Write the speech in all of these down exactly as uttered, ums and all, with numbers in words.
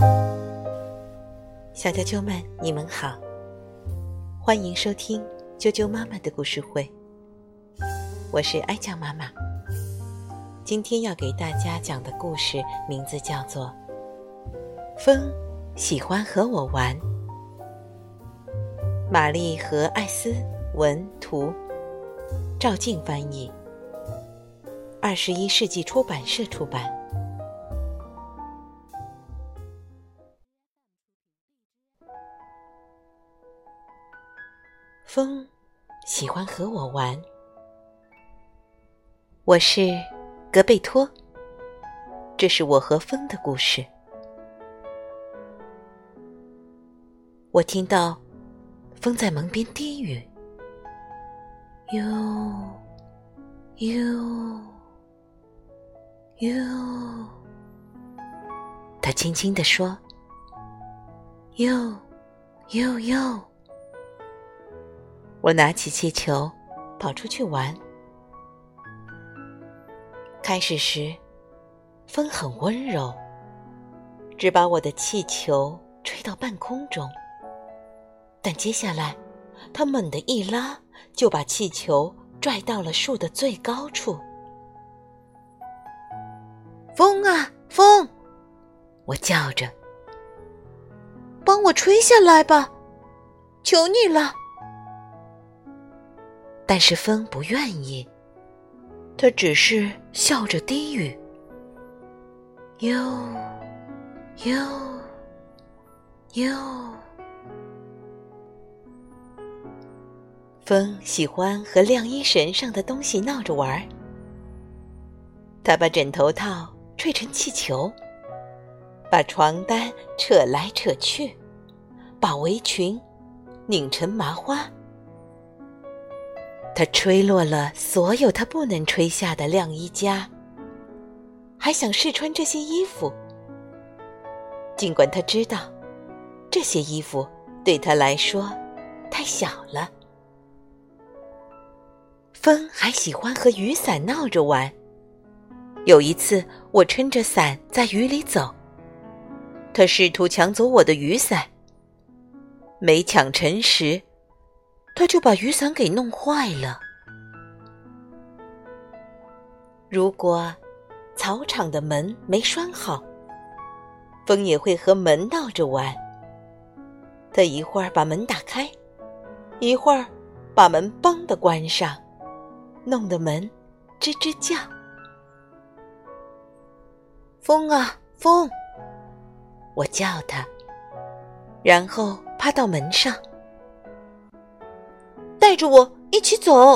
小啾啾们，你们好，欢迎收听啾啾妈妈的故事会。我是哀酱妈妈，今天要给大家讲的故事名字叫做《风喜欢和我玩》。玛丽和艾斯文图，赵静翻译，二十一世纪出版社出版。风喜欢和我玩。我是格贝托，这是我和风的故事。我听到风在门边低语，哟哟哟，他轻轻地说，哟哟哟。我拿起气球跑出去玩。开始时风很温柔，只把我的气球吹到半空中，但接下来它猛地一拉，就把气球拽到了树的最高处。风啊风，我叫着，帮我吹下来吧，求你了。但是风不愿意，他只是笑着低语，哟哟哟。风喜欢和晾衣绳上的东西闹着玩，他把枕头套吹成气球，把床单扯来扯去，把围裙拧成麻花。他吹落了所有他不能吹下的晾衣架，还想试穿这些衣服，尽管他知道这些衣服对他来说太小了。风还喜欢和雨伞闹着玩。有一次我撑着伞在雨里走，他试图抢走我的雨伞，没抢成时他就把雨伞给弄坏了。如果草场的门没拴好，风也会和门闹着玩。他一会儿把门打开，一会儿把门“梆”地关上，弄得门吱吱叫。风啊风，我叫他，然后趴到门上，带着我一起走。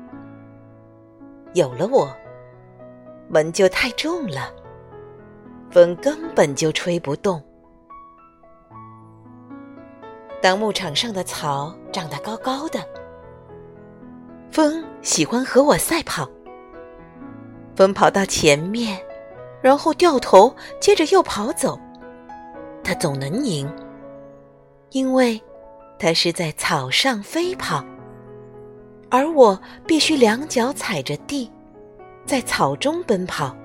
有了我，门就太重了，风根本就吹不动。当牧场上的草长得高高的，风喜欢和我赛跑。风跑到前面，然后掉头，接着又跑走。它总能赢，因为它是在草上飞跑，而我必须两脚踩着地，在草中奔跑。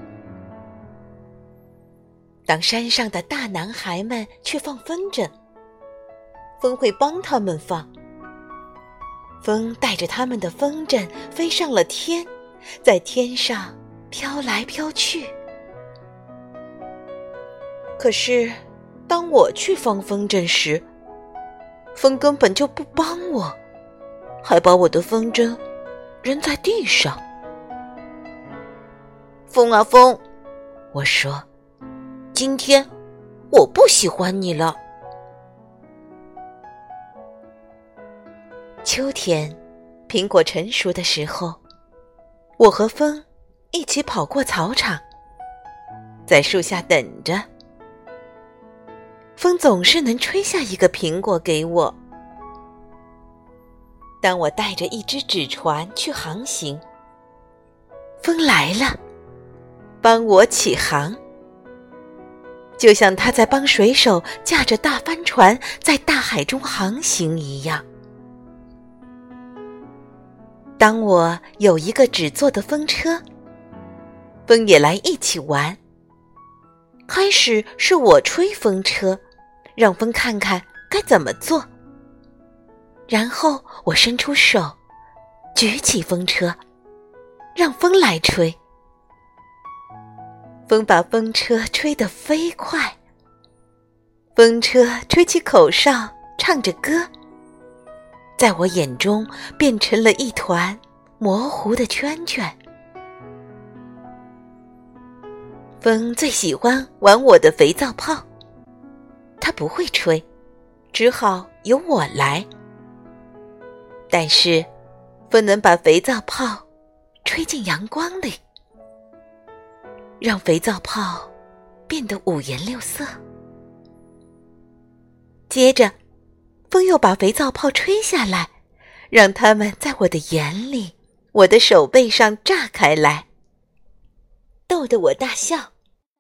当山上的大男孩们去放风筝，风会帮他们放。风带着他们的风筝飞上了天，在天上飘来飘去。可是当我去放风筝时，风根本就不帮我，还把我的风筝扔在地上。风啊风，我说，今天我不喜欢你了。秋天，苹果成熟的时候，我和风一起跑过草场，在树下等着。风总是能吹下一个苹果给我。当我带着一只纸船去航行，风来了，帮我起航，就像他在帮水手驾着大帆船在大海中航行一样。当我有一个纸做的风车，风也来一起玩。 开始是我吹风车，让风看看该怎么做。然后我伸出手，举起风车，让风来吹。风把风车吹得飞快，风车吹起口哨，唱着歌，在我眼中变成了一团模糊的圈圈。风最喜欢玩我的肥皂泡，它不会吹，只好由我来。但是风能把肥皂泡吹进阳光里，让肥皂泡变得五颜六色。接着风又把肥皂泡吹下来，让它们在我的眼里、我的手背上炸开来，逗得我大笑。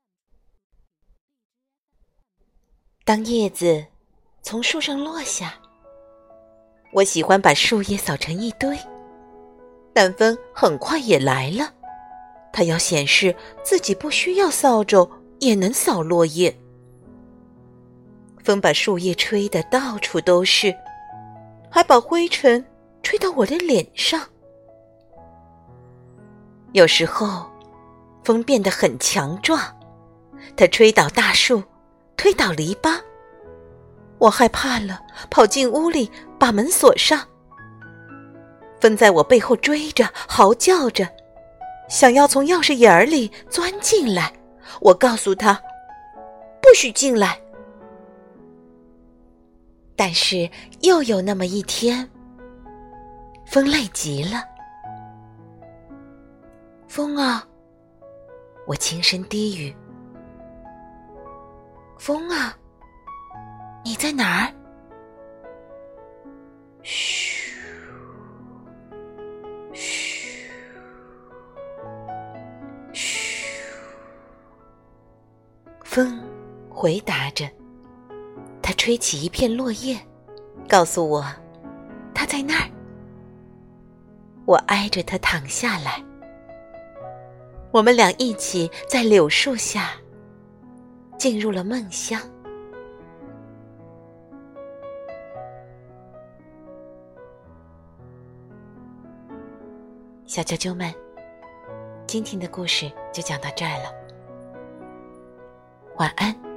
当叶子从树上落下，我喜欢把树叶扫成一堆，但风很快也来了，它要显示自己不需要扫帚也能扫落叶。风把树叶吹得到处都是，还把灰尘吹到我的脸上。有时候风变得很强壮，它吹倒大树，推倒篱笆，我害怕了，跑进屋里把门锁上。风在我背后追着，嚎叫着，想要从钥匙眼儿里钻进来。我告诉他不许进来。但是又有那么一天，风累极了。风啊，我轻声低语，风啊，你在哪儿？嘘，嘘，嘘。风回答着，它吹起一片落叶，告诉我它在那儿。我挨着它躺下来，我们俩一起在柳树下进入了梦乡。小啾啾们，今天的故事就讲到这儿了，晚安。